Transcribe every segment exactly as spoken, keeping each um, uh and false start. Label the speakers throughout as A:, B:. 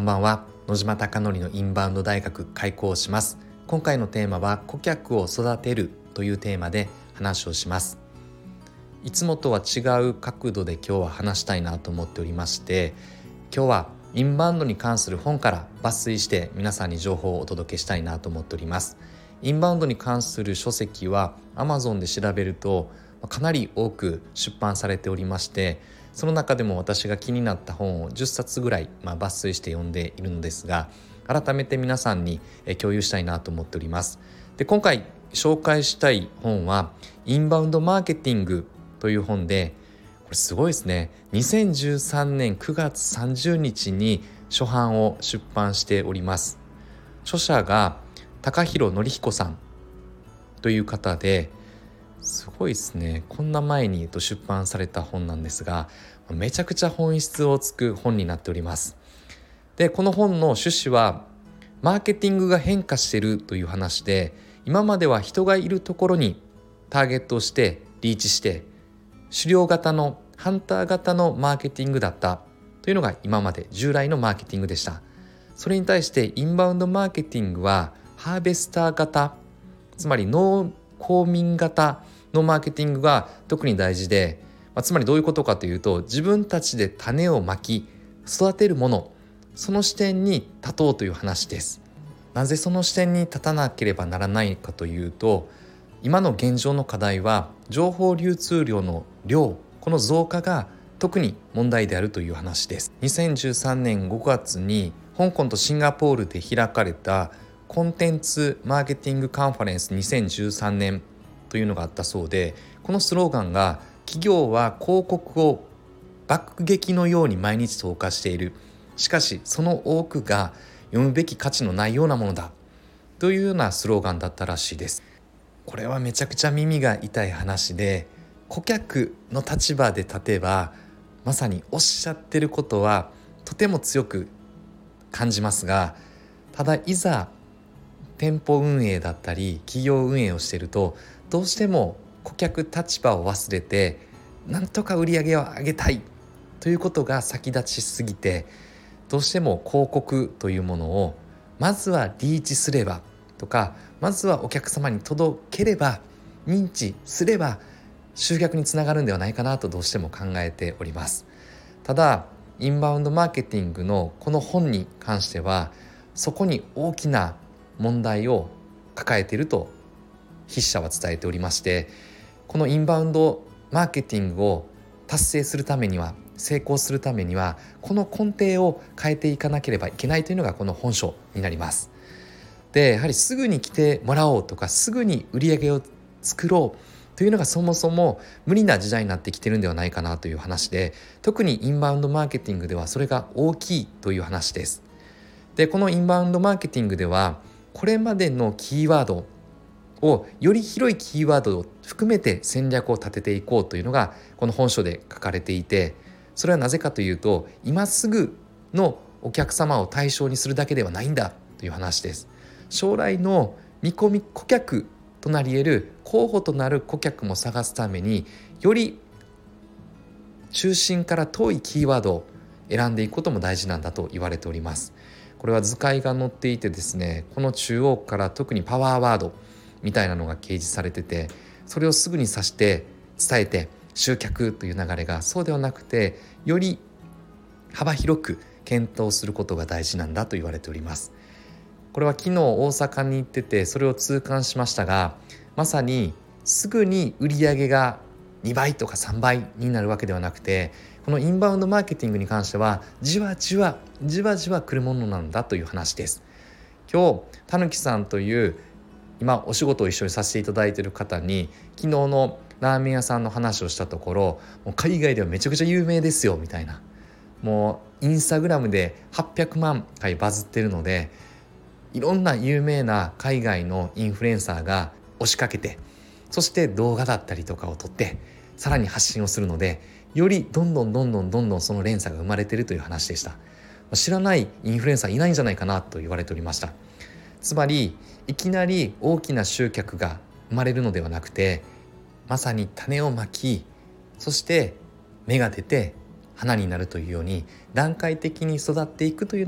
A: んばんは。野島貴則のインバウンド大学開講します。今回のテーマは顧客を育てるというテーマで話をします。いつもとは違う角度で今日は話したいなと思っておりまして、今日はインバウンドに関する本から抜粋して皆さんに情報をお届けしたいなと思っております。インバウンドに関する書籍は Amazon で調べるとかなり多く出版されておりまして、その中でも私が気になった本をじゅっさつぐらい、まあ、抜粋して読んでいるのですが、改めて皆さんに共有したいなと思っております。で、今回紹介したい本はインバウンドマーケティングという本で、これすごいですね。にせんじゅうさんねんくがつさんじゅうにちに初版を出版しております。著者が高弘典彦さんという方で、すごいですね。こんな前に出版された本なんですが、めちゃくちゃ本質をつく本になっております。で、この本の趣旨はマーケティングが変化しているという話で、今までは人がいるところにターゲットをしてリーチして、狩猟型のハンター型のマーケティングだったというのが今まで従来のマーケティングでした。それに対してインバウンドマーケティングはハーベスター型、つまり農耕民型のマーケティングが特に大事で、まあ、つまりどういうことかというと、自分たちで種をまき育てるもの、その視点に立とうという話です。なぜその視点に立たなければならないかというと、今の現状の課題は情報流通量の量、この増加が特に問題であるという話です。にせんじゅうさんねんごがつに香港とシンガポールで開かれたコンテンツマーケティングカンファレンスにせんじゅうさんねんというのがあったそうで、このスローガンが、企業は広告を爆撃のように毎日投下している、しかしその多くが読むべき価値のないようなものだというようなスローガンだったらしいです。これはめちゃくちゃ耳が痛い話で、顧客の立場で立てばまさにおっしゃってることはとても強く感じますが、ただいざ店舗運営だったり企業運営をしていると、どうしても顧客立場を忘れて、なんとか売り上げを上げたいということが先立ちすぎて、どうしても広告というものをまずはリーチすればとか、まずはお客様に届ければ、認知すれば集客につながるんではないかなとどうしても考えております。ただインバウンドマーケティングのこの本に関しては、そこに大きな問題を抱えていると筆者は伝えておりまして、このインバウンドマーケティングを達成するためには、成功するためには、この根底を変えていかなければいけないというのがこの本書になります。で、やはりすぐに来てもらおうとか、すぐに売り上げを作ろうというのがそもそも無理な時代になってきているんではないかなという話で、特にインバウンドマーケティングではそれが大きいという話です。で、このインバウンドマーケティングでは、これまでのキーワードをより広いキーワードを含めて戦略を立てていこうというのがこの本書で書かれていて、それはなぜかというと、今すぐのお客様を対象にするだけではないんだという話です。将来の見込み顧客となり得る候補となる顧客も探すために、より中心から遠いキーワードを選んでいくことも大事なんだと言われております。これは図解が載っていてですね、この中央から特にパワーワードみたいなのが掲示されてて、それをすぐに指して伝えて集客という流れが、そうではなくて、より幅広く検討することが大事なんだと言われております。これは昨日大阪に行っててそれを痛感しましたが、まさにすぐに売り上げがにばいとかさんばいになるわけではなくて、このインバウンドマーケティングに関してはじわじわじわじわ来るものなんだという話です。今日たぬきさんという今お仕事を一緒にさせていただいている方に昨日のラーメン屋さんの話をしたところ、もう海外ではめちゃくちゃ有名ですよみたいな、もうインスタグラムではっぴゃくまんかいバズってるので、いろんな有名な海外のインフルエンサーが押しかけて、そして動画だったりとかを撮ってさらに発信をするので、よりどんどんどんどんどんどんその連鎖が生まれているという話でした。知らないインフルエンサーいないんじゃないかなと言われておりました。つまりいきなり大きな集客が生まれるのではなくて、まさに種をまき、そして芽が出て花になるというように段階的に育っていくというのが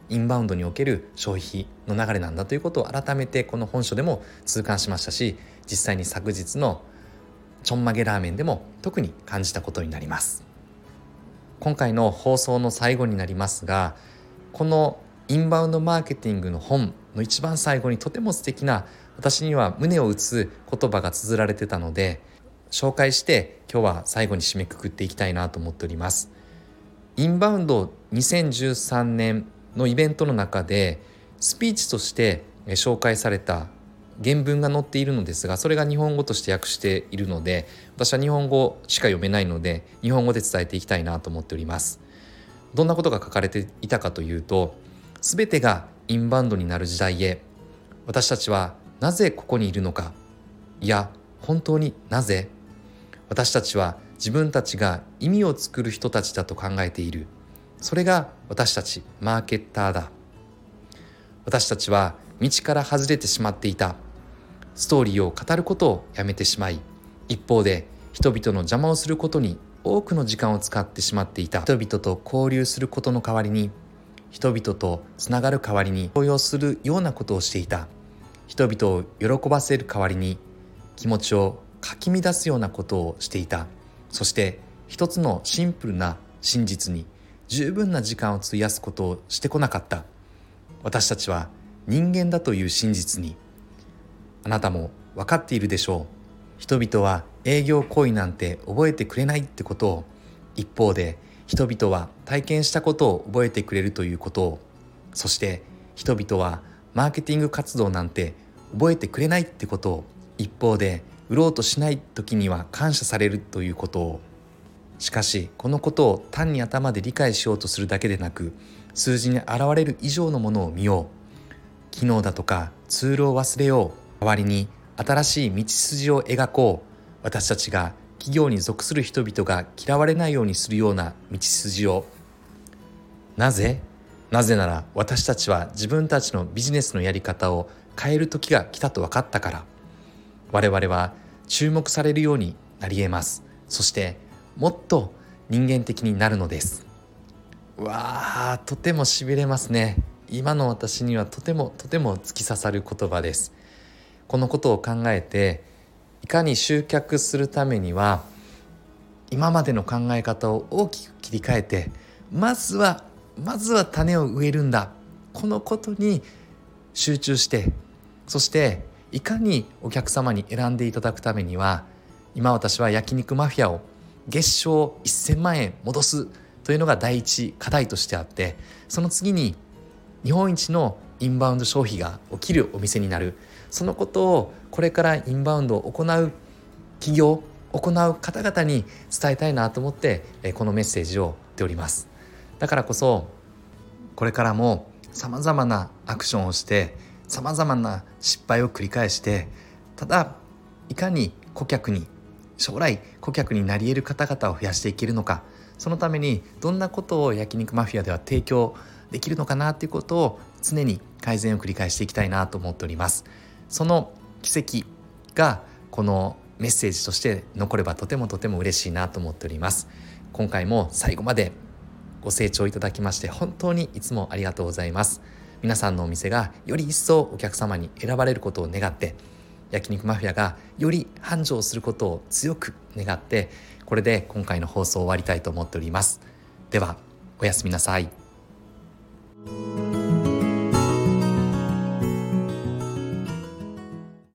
A: インバウンドにおける消費の流れなんだということを改めてこの本書でも痛感しましたし、実際に昨日のちょんまげラーメンでも特に感じたことになります。今回の放送の最後になりますが、このインバウンドマーケティングの本の一番最後にとても素敵な、私には胸を打つ言葉が綴られてたので紹介して今日は最後に締めくくっていきたいなと思っております。インバウンドにせんじゅうさんねんのイベントの中でスピーチとして紹介された原文が載っているのですが、それが日本語として訳しているので、私は日本語しか読めないので日本語で伝えていきたいなと思っております。どんなことが書かれていたかというと、すべてがインバウンドになる時代へ、私たちはなぜここにいるのか、いや本当になぜ、私たちは自分たちが意味を作る人たちだと考えている。それが私たちマーケッターだ。私たちは道から外れてしまっていた。ストーリーを語ることをやめてしまい、一方で人々の邪魔をすることに多くの時間を使ってしまっていた。人々と交流することの代わりに、人々とつながる代わりに高揚するようなことをしていた。人々を喜ばせる代わりに気持ちをかき乱すようなことをしていた。そして一つのシンプルな真実に十分な時間を費やすことをしてこなかった。私たちは人間だという真実に、あなたも分かっているでしょう。人々は営業行為なんて覚えてくれないってことを、一方で人々は体験したことを覚えてくれるということを、そして人々はマーケティング活動なんて覚えてくれないってことを、一方で売ろうとしない時には感謝されるということを。しかしこのことを単に頭で理解しようとするだけでなく、数字に現れる以上のものを見よう。機能だとかツールを忘れよう。代わりに新しい道筋を描こう。私たちが企業に属する人々が嫌われないようにするような道筋を。なぜ？なぜなら私たちは自分たちのビジネスのやり方を変える時が来たと分かったから。我々は注目されるようになり得ます。そしてもっと人間的になるのです。うわー、とてもしびれますね。今の私にはとてもとても突き刺さる言葉です。このことを考えて、いかに集客するためには今までの考え方を大きく切り替えて、まずはまずは種を植えるんだ、このことに集中して、そしていかにお客様に選んでいただくためには、今私は焼肉マフィアを月賞せんまんえん戻すというのが第一課題としてあって、その次に日本一のインバウンド消費が起きるお店になる、そのことをこれからインバウンドを行う企業、行う方々に伝えたいなと思ってこのメッセージを送っております。だからこそこれからもさまざまなアクションをして、さまざまな失敗を繰り返して、ただいかに顧客に、将来顧客になり得る方々を増やしていけるのか、そのためにどんなことを焼肉マフィアでは提供できるのかなということを常に改善を繰り返していきたいなと思っております。その奇跡がこのメッセージとして残ればとてもとても嬉しいなと思っております。今回も最後までご清聴いただきまして本当にいつもありがとうございます。皆さんのお店がより一層お客様に選ばれることを願って、焼肉マフィアがより繁盛することを強く願って、これで今回の放送を終わりたいと思っております。ではおやすみなさい。